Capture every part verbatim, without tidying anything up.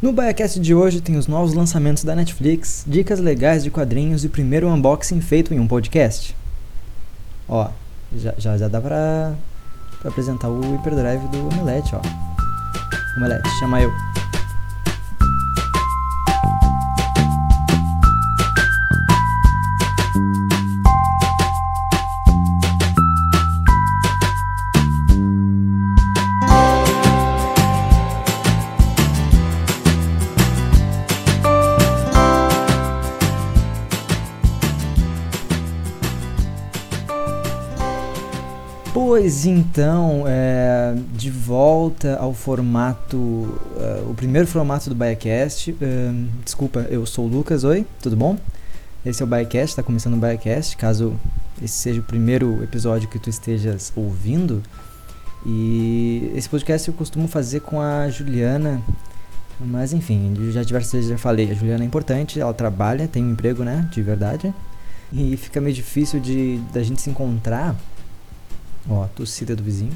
No BaiaCast de hoje tem os novos lançamentos da Netflix, dicas legais de quadrinhos e o primeiro unboxing feito em um podcast. Ó, já, já, já dá pra, pra apresentar o Hyperdrive do Omelete, ó. Omelete, chama eu. Pois então, é, de volta ao formato, uh, o primeiro formato do BaiaCast. Uh, desculpa, eu sou o Lucas, oi, tudo bom? Esse é o BaiaCast, está começando o BaiaCast, caso esse seja o primeiro episódio que tu estejas ouvindo. E esse podcast eu costumo fazer com a Juliana, mas enfim, já diversas vezes já falei, a Juliana é importante, ela trabalha, tem um emprego, né, de verdade, e fica meio difícil de da gente se encontrar. Ó, tossida do vizinho.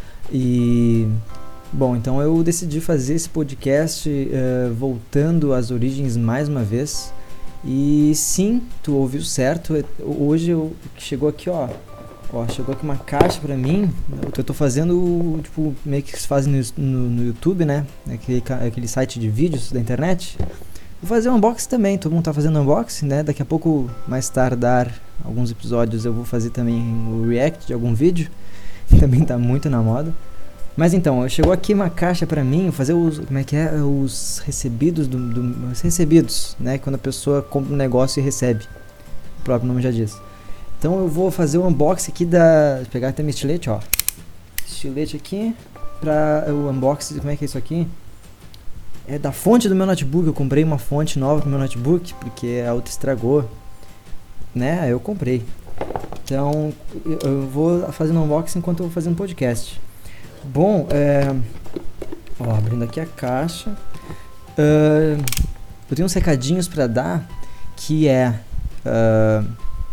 E bom, então eu decidi fazer esse podcast uh, voltando às origens mais uma vez. E sim, tu ouviu certo. Hoje eu chegou aqui, ó, ó, chegou aqui uma caixa pra mim. Eu tô fazendo tipo meio que se faz no, no, no YouTube, né? Aquele, aquele site de vídeos da internet. Vou fazer um unboxing também. Todo mundo tá fazendo unboxing, né? Daqui a pouco, mais tardar alguns episódios, eu vou fazer também o react de algum vídeo. Também tá muito na moda. Mas então, chegou aqui uma caixa pra mim, fazer os, como é que é, os recebidos, do, do, os recebidos, né? Quando a pessoa compra um negócio e recebe. O próprio nome já diz. Então eu vou fazer o unboxing aqui da... Vou pegar até meu estilete, ó. Estilete aqui, pra o unboxing, como é que é isso aqui? É da fonte do meu notebook. Eu comprei uma fonte nova pro meu notebook, porque a outra estragou, né? Aí eu comprei. Então eu vou fazendo unboxing enquanto eu vou fazendo podcast. Bom, é... ó, abrindo aqui a caixa, uh, eu tenho uns recadinhos pra dar, que é uh,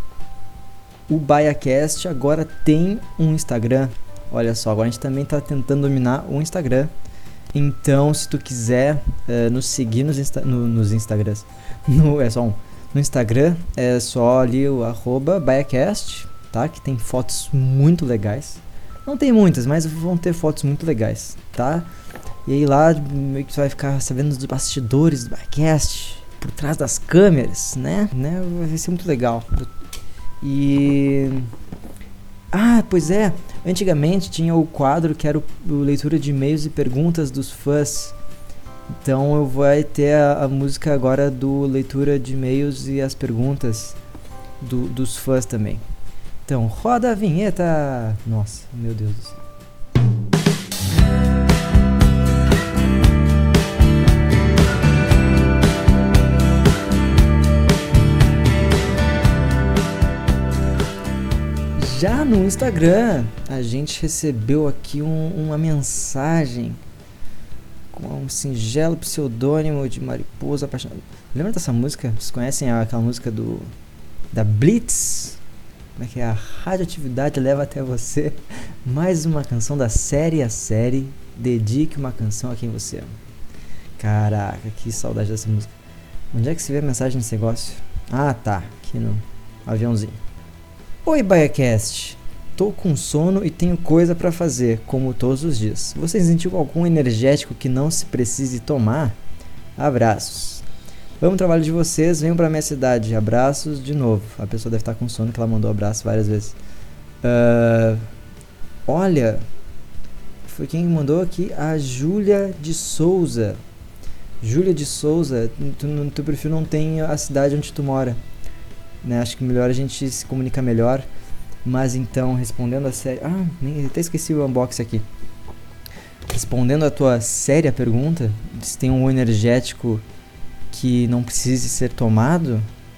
o BaiaCast agora tem um Instagram. Olha só, agora a gente também tá tentando dominar o Instagram. Então, se tu quiser uh, nos seguir nos, insta- no, nos Instagrams, no, é só um, no Instagram, é só ali o arroba BaiaCast, tá? Que tem fotos muito legais. Não tem muitas, mas vão ter fotos muito legais, tá? E aí lá, meio que tu vai ficar sabendo dos bastidores do BaiaCast, por trás das câmeras, né? né? Vai ser muito legal. E... Ah, pois é, antigamente tinha o quadro que era o, o leitura de e-mails e perguntas dos fãs. Então eu vou ter a, a música agora do leitura de e-mails e as perguntas do, dos fãs também. Então, roda a vinheta! Nossa, meu Deus do céu. Já no Instagram, a gente recebeu aqui um, uma mensagem com um singelo pseudônimo de mariposa apaixonada. Lembra dessa música? Vocês conhecem aquela música do da Blitz? Como é que é? A radioatividade leva até você. Mais uma canção da série a série. Dedique uma canção a quem você ama. Caraca, que saudade dessa música. Onde é que se vê a mensagem desse negócio? Ah, tá. Aqui no aviãozinho. Oi, BaiaCast. Tô com sono e tenho coisa pra fazer, como todos os dias. Você sentiu algum energético que não se precise tomar? Abraços. Amo o trabalho de vocês, venham pra minha cidade. Abraços de novo. A pessoa deve estar com sono que ela mandou abraço várias vezes. Uh, olha, foi quem mandou aqui? A Júlia de Souza. Júlia de Souza, tu, no teu perfil não tem a cidade onde tu mora, né? Acho que melhor a gente se comunicar melhor. Mas então, respondendo a série... Ah, nem, até esqueci o unboxing aqui. Respondendo a tua séria pergunta, se tem um energético que não precise ser tomado,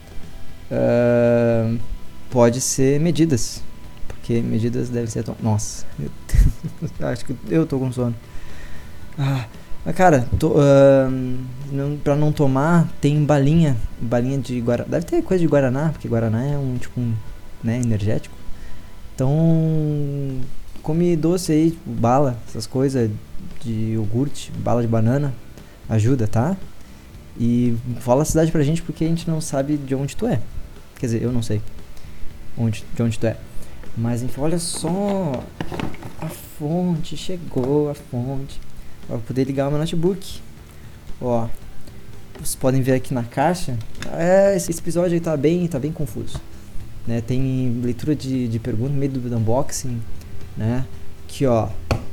uh, pode ser medidas. Porque medidas devem ser tomadas. Nossa, eu acho que eu tô com sono. Ah, mas cara, tô, uh, não, pra não tomar, tem balinha. Balinha de Guaraná. Deve ter coisa de Guaraná, porque Guaraná é um tipo um, né, energético. Então, come doce aí, tipo, bala, essas coisas de iogurte, bala de banana. ajuda, tá? E fala a cidade pra gente, porque a gente não sabe de onde tu é. Quer dizer, eu não sei onde, de onde tu é. Mas enfim, olha só, a fonte, chegou a fonte. Pra poder ligar o meu notebook. Ó, vocês podem ver aqui na caixa. É, esse episódio aí tá bem, tá bem confuso, né? Tem leitura de, de perguntas no meio do, do unboxing, né? Aqui, ó,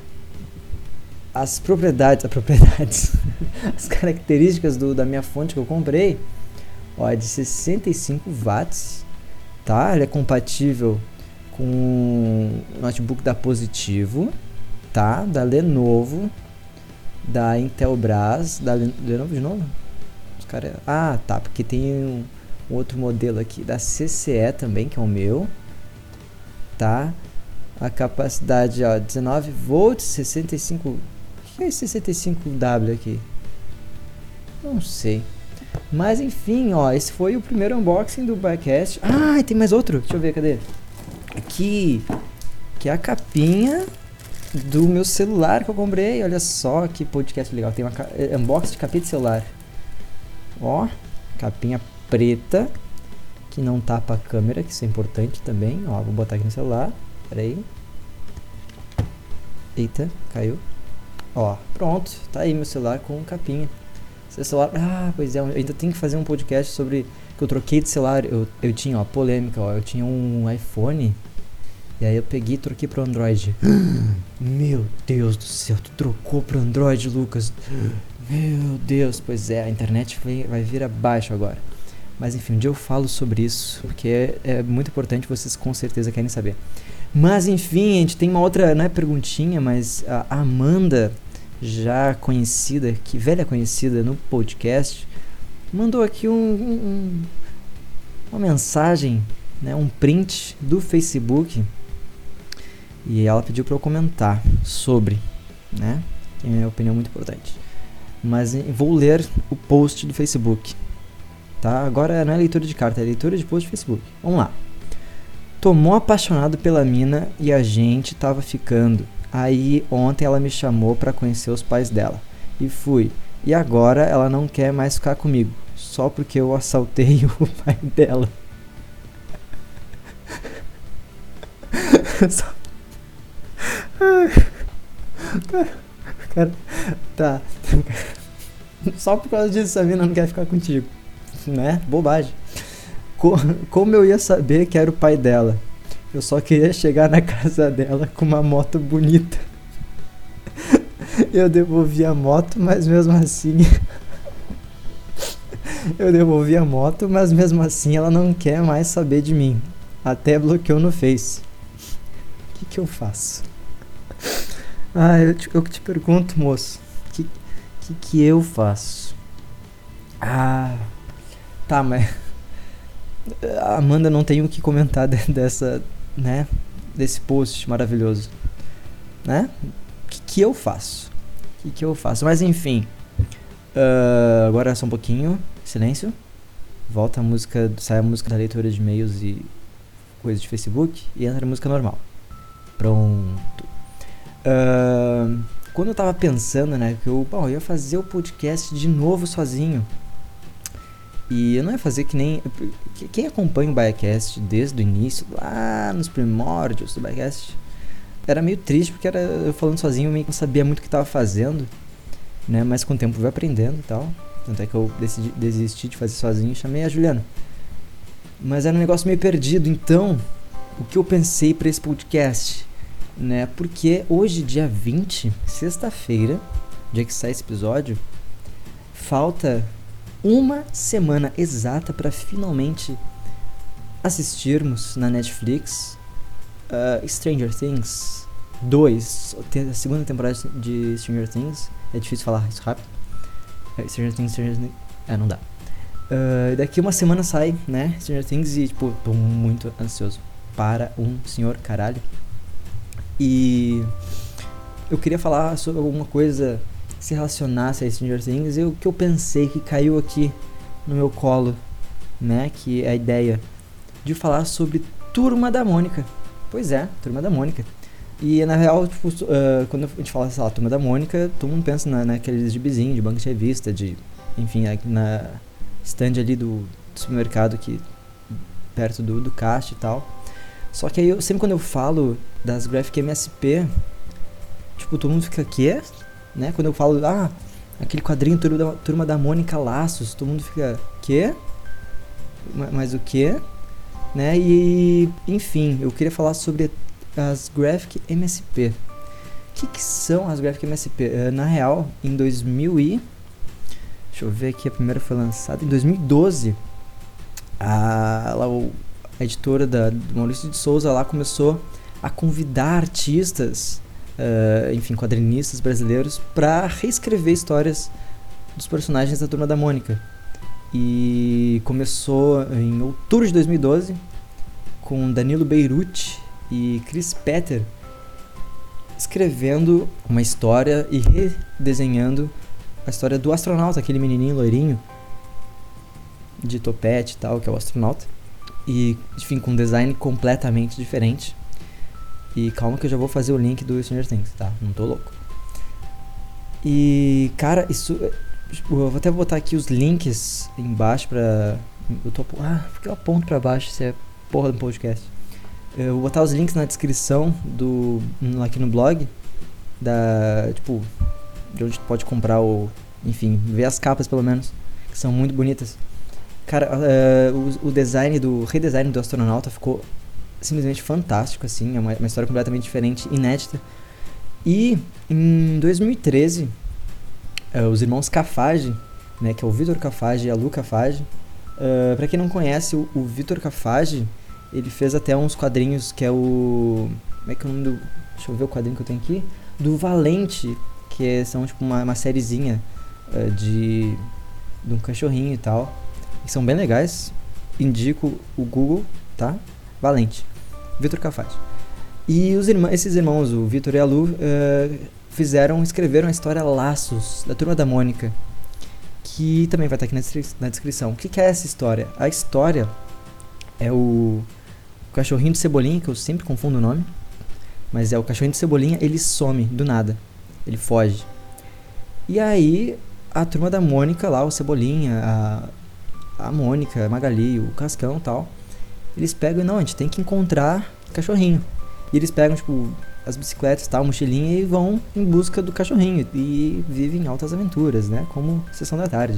as propriedades, as propriedades, as características do, da minha fonte que eu comprei. Ó, é de sessenta e cinco watts, tá? Ele é compatível com o notebook da Positivo, tá? Da Lenovo, da Intelbras, da Lenovo de novo? Os cara... Ah, tá, porque tem um, um outro modelo aqui da C C E também, que é o meu, tá? A capacidade, ó, dezenove volts, sessenta e cinco... O que é esse sessenta e cinco W aqui? Não sei. Mas enfim, ó, esse foi o primeiro unboxing do Biacast. Ah, tem mais outro. Deixa eu ver, cadê? Aqui, que é a capinha do meu celular que eu comprei. Olha só que podcast legal. Tem uma é, unboxing de capinha de celular. Ó, capinha preta, que não tapa a câmera, que isso é importante também. Ó, vou botar aqui no celular. Pera aí. Eita, caiu. Ó, pronto. Tá aí meu celular com capinha. Seu celular... Ah, pois é, eu ainda tenho que fazer um podcast sobre... Que eu troquei de celular. Eu, eu tinha, ó, polêmica, ó. Eu tinha um iPhone. E aí eu peguei e troquei pro Android. Meu Deus do céu, tu trocou pro Android, Lucas. Meu Deus, pois é, a internet vai, vai vir abaixo agora. Mas enfim, um dia eu falo sobre isso, porque é, é muito importante, vocês com certeza querem saber. Mas enfim, a gente tem uma outra, não é perguntinha, mas a Amanda, já conhecida, que velha conhecida no podcast, mandou aqui um, um, uma mensagem, né, um print do Facebook, e ela pediu para eu comentar sobre, né, que é uma opinião muito importante. Mas vou ler o post do Facebook, tá? Agora não é leitura de carta, é leitura de post do Facebook. Vamos lá. Tomou apaixonado pela mina e a gente tava ficando. Aí ontem ela me chamou pra conhecer os pais dela. E fui. E agora ela não quer mais ficar comigo. Só porque eu assaltei o pai dela. Só... Cara, tá. Só por causa disso a mina não quer ficar contigo, né? Bobagem. Co- Como eu ia saber que era o pai dela? Eu só queria chegar na casa dela com uma moto bonita. Eu devolvi a moto, mas mesmo assim... Eu devolvi a moto, mas mesmo assim ela não quer mais saber de mim. Até bloqueou no Face. O que que eu faço? Ah, eu te, eu te pergunto, moço. O que, que que eu faço? Ah... Tá, mas... A Amanda, não tem o que comentar de, dessa, né, desse post maravilhoso, né? O que que eu faço? O que que eu faço? Mas enfim, uh, agora só um pouquinho, silêncio. Volta a música, sai a música da leitura de e-mails e coisas de Facebook e entra a música normal. Pronto. Uh, quando eu tava pensando, né, que eu, bom, eu ia fazer o podcast de novo sozinho. E eu não ia fazer que nem... Quem acompanha o Biacast desde o início, lá nos primórdios do Biacast, era meio triste, porque era eu falando sozinho, eu meio que não sabia muito o que estava fazendo, né? Mas com o tempo eu fui aprendendo e tal. Tanto é que eu decidi, desisti de fazer sozinho e chamei a Juliana. Mas era um negócio meio perdido, então... O que eu pensei para esse podcast, né? Porque hoje, dia vinte, sexta-feira, dia que sai esse episódio, falta... uma semana exata para finalmente assistirmos na Netflix uh, Stranger Things dois, a segunda temporada de Stranger Things. É difícil falar isso rápido. Stranger Things, Stranger Things... É, não dá. Uh, daqui uma semana sai, né, Stranger Things, e tipo, tô muito ansioso para um senhor caralho. E eu queria falar sobre alguma coisa se relacionasse a Stranger Things, e o que eu pensei que caiu aqui no meu colo, né, que é a ideia de falar sobre Turma da Mônica. Pois é, Turma da Mônica. E na real, tipo, uh, quando a gente fala, sei lá, Turma da Mônica, todo mundo pensa na, naqueles gibizinhos de banca de revista, de, enfim, na stand ali do, do supermercado que, perto do, do caixa e tal. Só que aí, eu, sempre quando eu falo das Graphic M S P, tipo, todo mundo fica, quê? Né? Quando eu falo, ah, aquele quadrinho Turma da, Turma da Mônica Laços, todo mundo fica, quê? Mas o quê? Né? E, enfim, eu queria falar sobre as Graphic M S P. O que, que são as Graphic M S P? Uh, na real, em dois mil e... Deixa eu ver aqui, a primeira foi lançada em dois mil e doze. A, lá, o, a editora da, do Maurício de Souza lá começou a convidar artistas, uh, enfim, quadrinistas brasileiros, para reescrever histórias dos personagens da Turma da Mônica. E começou em outubro de dois mil e doze com Danilo Beirute e Chris Petter escrevendo uma história e redesenhando a história do astronauta, aquele menininho loirinho de topete e tal, que é o astronauta. E, enfim, com um design completamente diferente. E calma que eu já vou fazer o link do Stranger Things, tá? Não tô louco. E, cara, isso... Eu vou até botar aqui os links embaixo pra... Eu tô... Ah, por que eu aponto pra baixo se é porra do podcast? Eu vou botar os links na descrição do... aqui no blog. Da... Tipo... De onde tu pode comprar o... Enfim, ver as capas pelo menos. Que são muito bonitas. Cara, uh, o, o design do... redesign do astronauta ficou simplesmente fantástico, assim. É uma, uma história completamente diferente, inédita. E em dois mil e treze... Uh, os irmãos Cafage, né, que é o Vitor Cafage e a Lu Cafage. Uh, pra quem não conhece, o, o Vitor Cafage, ele fez até uns quadrinhos que é o... Como é que é o nome do... Deixa eu ver o quadrinho que eu tenho aqui. Do Valente, que é, são tipo uma, uma sériezinha uh, de, de um cachorrinho e tal. Que são bem legais. Indico o Google, tá? Valente. Vitor Cafage. E os irmãos, esses irmãos, o Vitor e a Lu... Uh, fizeram, escreveram a história Laços, da Turma da Mônica, que também vai estar aqui na, descri- na descrição. O que, que é essa história? A história é o, o cachorrinho de Cebolinha, que eu sempre confundo o nome, mas é o cachorrinho de Cebolinha, ele some do nada, ele foge. E aí, a Turma da Mônica lá, o Cebolinha, a, a Mônica, a Magali, o Cascão e tal, eles pegam e não, a gente tem que encontrar o cachorrinho. E eles pegam, tipo... as bicicletas, tal, mochilinha e vão em busca do cachorrinho e vivem altas aventuras, né, como Sessão da Tarde.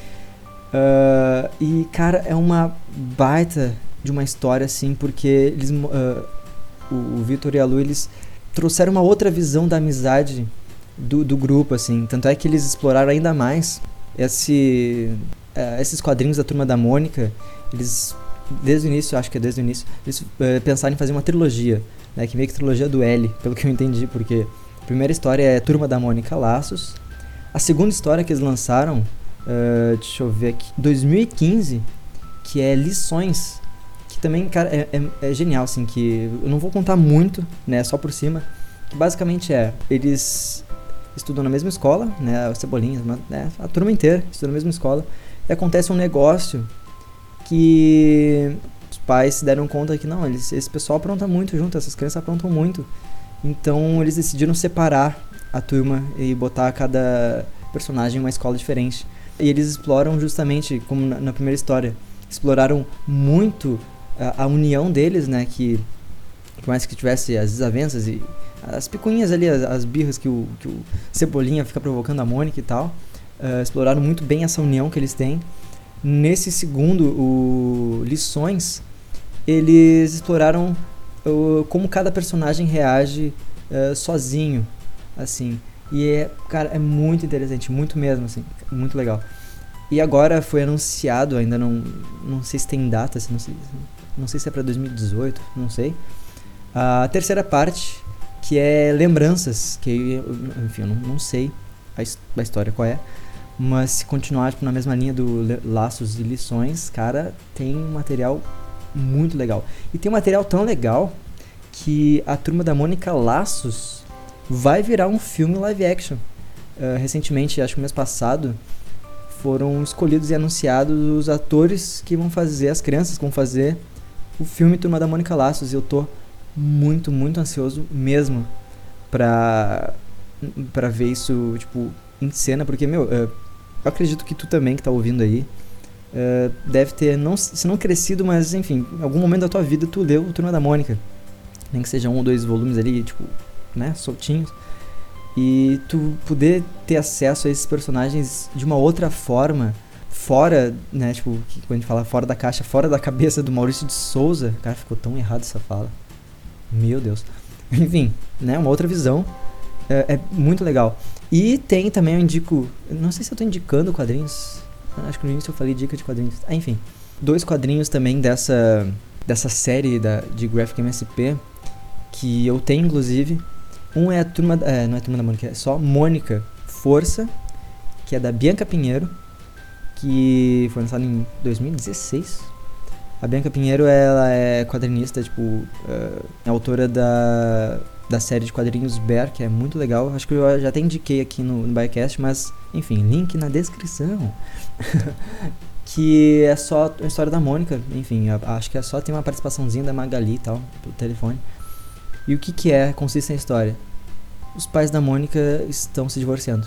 Uh, e, cara, é uma baita de uma história, assim, porque eles, uh, o, o Vitor e a Lu, eles trouxeram uma outra visão da amizade do, do grupo, assim, tanto é que eles exploraram ainda mais esse, uh, esses quadrinhos da Turma da Mônica. Eles, desde o início, acho que é desde o início, eles uh, pensaram em fazer uma trilogia, né, que meio que trilogia do L, pelo que eu entendi, porque a primeira história é Turma da Mônica Laços, a segunda história que eles lançaram, uh, deixa eu ver aqui, dois mil e quinze, que é Lições, que também, cara, é, é, é genial, assim, que eu não vou contar muito, né, só por cima, que basicamente é, eles estudam na mesma escola, né, a Cebolinha, né, a turma inteira estuda na mesma escola, e acontece um negócio que... pais se deram conta que não, eles, esse pessoal apronta muito junto, essas crianças aprontam muito. Então eles decidiram separar a turma e botar cada personagem em uma escola diferente. E eles exploram justamente, como na, na primeira história, exploraram muito a, a união deles, né, que por mais que tivesse as desavenças e as picuinhas ali, as, as birras que o, que o Cebolinha fica provocando a Mônica e tal, uh, exploraram muito bem essa união que eles têm. Nesse segundo, o Lições, eles exploraram uh, como cada personagem reage uh, sozinho, assim. E é, cara, é muito interessante, muito mesmo, assim, muito legal. E agora foi anunciado, ainda não, não sei se tem data, se não, sei, não sei se é pra dois mil e dezoito, não sei. A terceira parte, que é Lembranças, que, enfim, eu não, não sei a, a história qual é. Mas se continuar tipo, na mesma linha do Laços e Lições, cara, tem material muito legal. E tem um material tão legal que a Turma da Mônica Laços vai virar um filme live action. Uh, recentemente, acho que no mês passado, foram escolhidos e anunciados os atores que vão fazer, as crianças que vão fazer o filme Turma da Mônica Laços. E eu tô muito, muito ansioso mesmo pra, pra ver isso, tipo, em cena, porque, meu, uh, eu acredito que tu também, que tá ouvindo aí, uh, deve ter, não, se não crescido, mas, enfim, em algum momento da tua vida tu leu o Turma da Mônica, nem que seja um ou dois volumes ali, tipo, né, soltinhos, e tu poder ter acesso a esses personagens de uma outra forma, fora, né, tipo, quando a gente fala fora da caixa, fora da cabeça do Maurício de Souza, cara, ficou tão errado essa fala, meu Deus, enfim, né, uma outra visão, é, é muito legal. E tem também, eu indico, não sei se eu tô indicando quadrinhos, acho que no início eu falei dica de quadrinhos, ah, enfim, dois quadrinhos também dessa, dessa série da, de Graphic M S P, que eu tenho inclusive. Um é a turma, é, não é a Turma da Mônica, é só Mônica Força, que é da Bianca Pinheiro, que foi lançado em dois mil e dezesseis. A Bianca Pinheiro, ela é quadrinista, tipo, uh, é autora da, da série de quadrinhos Bear, que é muito legal. Acho que eu já até indiquei aqui no, no Biocast, mas, enfim, link na descrição. Que é só a história da Mônica, enfim, acho que é só tem uma participaçãozinha da Magali e tal, pelo telefone. E o que que é, consiste a história? Os pais da Mônica estão se divorciando.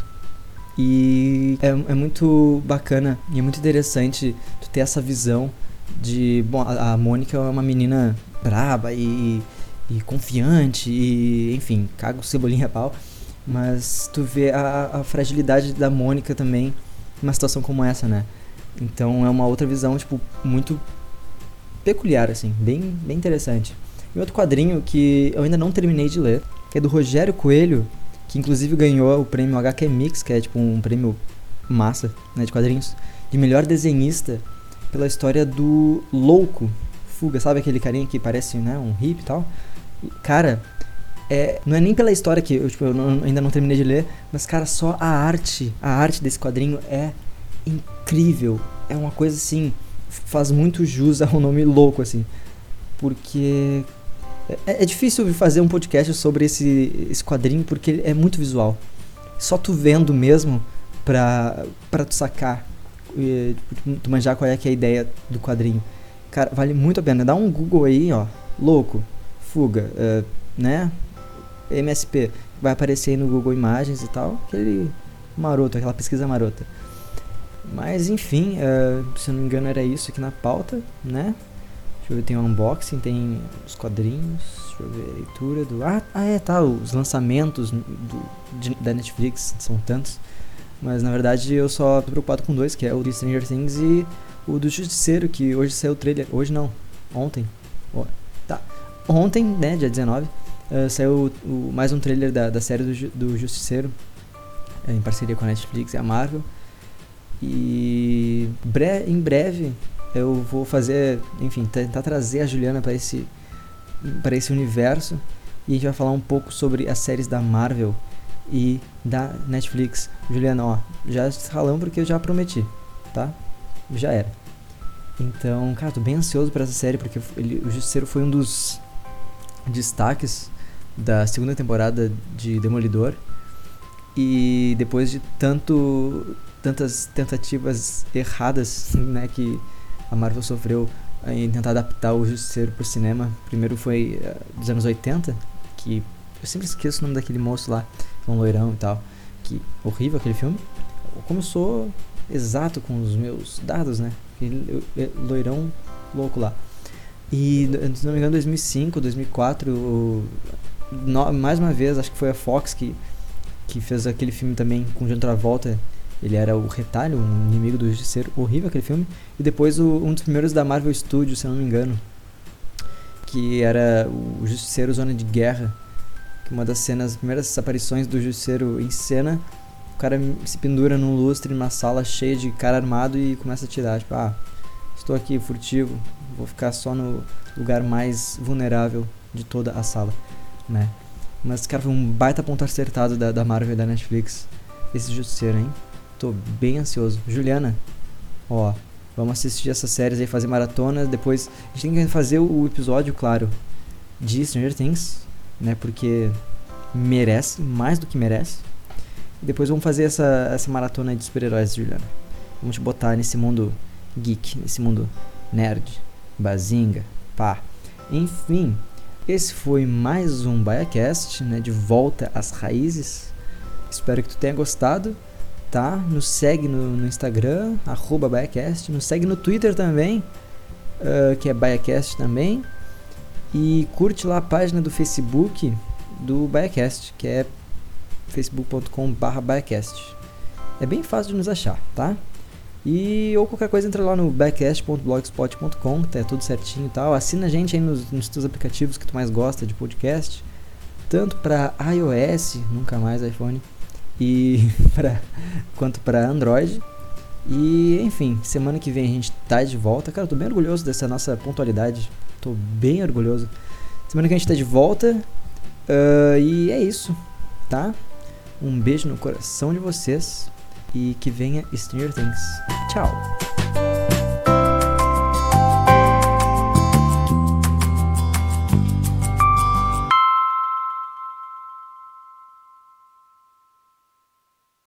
E é, é muito bacana e é muito interessante tu ter essa visão de... Bom, a, a Mônica é uma menina braba e, e confiante e, enfim, caga o Cebolinha a pau. Mas tu vê a, a fragilidade da Mônica também numa situação como essa, né? Então é uma outra visão, tipo, muito peculiar, assim, bem, bem interessante. E outro quadrinho que eu ainda não terminei de ler, que é do Rogério Coelho, que inclusive ganhou o prêmio H Q Mix, que é tipo um prêmio massa, né, de quadrinhos, de melhor desenhista, pela história do Louco, Fuga, sabe aquele carinha que parece, né, um hippie e tal? Cara, é, não é nem pela história que eu, tipo, eu não, ainda não terminei de ler, mas cara, só a arte, a arte desse quadrinho é incrível, é uma coisa assim, faz muito jus ao nome Louco, assim, porque... É, é difícil fazer um podcast sobre esse, esse quadrinho porque ele é muito visual. Só tu vendo mesmo pra, pra tu sacar, e, tu manjar qual é que é a ideia do quadrinho. Cara, vale muito a pena. Dá um Google aí, ó. Louco, Fuga, uh, né? M S P. Vai aparecer aí no Google Imagens e tal. Aquele maroto, aquela pesquisa marota. Mas enfim, uh, se eu não me engano era isso aqui na pauta, né? Deixa eu ver, tem o unboxing, tem os quadrinhos, deixa eu ver a leitura do... Ah, ah é, tá, os lançamentos do, de, da Netflix, são tantos. Mas na verdade eu só tô preocupado com dois, que é o de Stranger Things e o do Justiceiro, que hoje saiu o trailer. Hoje não, ontem. Oh, tá, ontem, né, dia dezenove, uh, saiu o, o, mais um trailer da, da série do, do Justiceiro, em parceria com a Netflix e a Marvel. E bre- em breve... eu vou fazer, enfim, tentar trazer a Juliana para esse, para esse universo e a gente vai falar um pouco sobre as séries da Marvel e da Netflix. Juliana, ó, já falamos porque eu já prometi, tá? Já era. Então, cara, tô bem ansioso por essa série porque ele, o Justiceiro foi um dos destaques da segunda temporada de Demolidor e depois de tanto, tantas tentativas erradas, né, que a Marvel sofreu em tentar adaptar o Justiceiro pro cinema. Primeiro foi uh, dos anos oitenta, que eu sempre esqueço o nome daquele moço lá, um loirão e tal, que horrível aquele filme. Começou exato com os meus dados, né? Aquele loirão louco lá. E, se não me engano, dois mil e cinco, dois mil e quatro, o, no, mais uma vez, acho que foi a Fox que, que fez aquele filme também com John Travolta. Ele era o Retalho, um inimigo do Justiceiro. Horrível aquele filme. E depois o, um dos primeiros da Marvel Studios, se eu não me engano, que era o Justiceiro Zona de Guerra, que uma das cenas, as primeiras aparições do Justiceiro em cena, o cara se pendura num lustre numa sala cheia de cara armado e começa a atirar, tipo, ah, estou aqui furtivo, vou ficar só no lugar mais vulnerável de toda a sala, né? Mas, cara, foi um baita ponto acertado da, da Marvel e da Netflix, esse Justiceiro, hein? Tô bem ansioso. Juliana, ó, vamos assistir essas séries aí, fazer maratona. Depois a gente tem que fazer o episódio, claro, de Stranger Things, né? Porque merece, mais do que merece. E depois vamos fazer essa, essa maratona de super-heróis, Juliana. Vamos te botar nesse mundo geek, nesse mundo nerd, bazinga, pá. Enfim, esse foi mais um BaiaCast, né, de volta às raízes. Espero que tu tenha gostado, tá? Nos segue no, no Instagram, arroba BaiaCast. Nos segue no Twitter também, uh, que é BaiaCast também. E curte lá a página do Facebook do BaiaCast, que é facebook ponto com barra BaiaCast. É bem fácil de nos achar, tá? E ou qualquer coisa, entra lá no baiacast ponto blogspot ponto com, tá tudo certinho e tal. Assina a gente aí nos, nos teus aplicativos que tu mais gosta de podcast, tanto para iOS, nunca mais iPhone, e pra, quanto para Android. E enfim, semana que vem a gente tá de volta. Cara, eu tô bem orgulhoso dessa nossa pontualidade, tô bem orgulhoso. Semana que a gente tá de volta, uh, e é isso, tá? Um beijo no coração de vocês. E que venha Stranger Things. Tchau!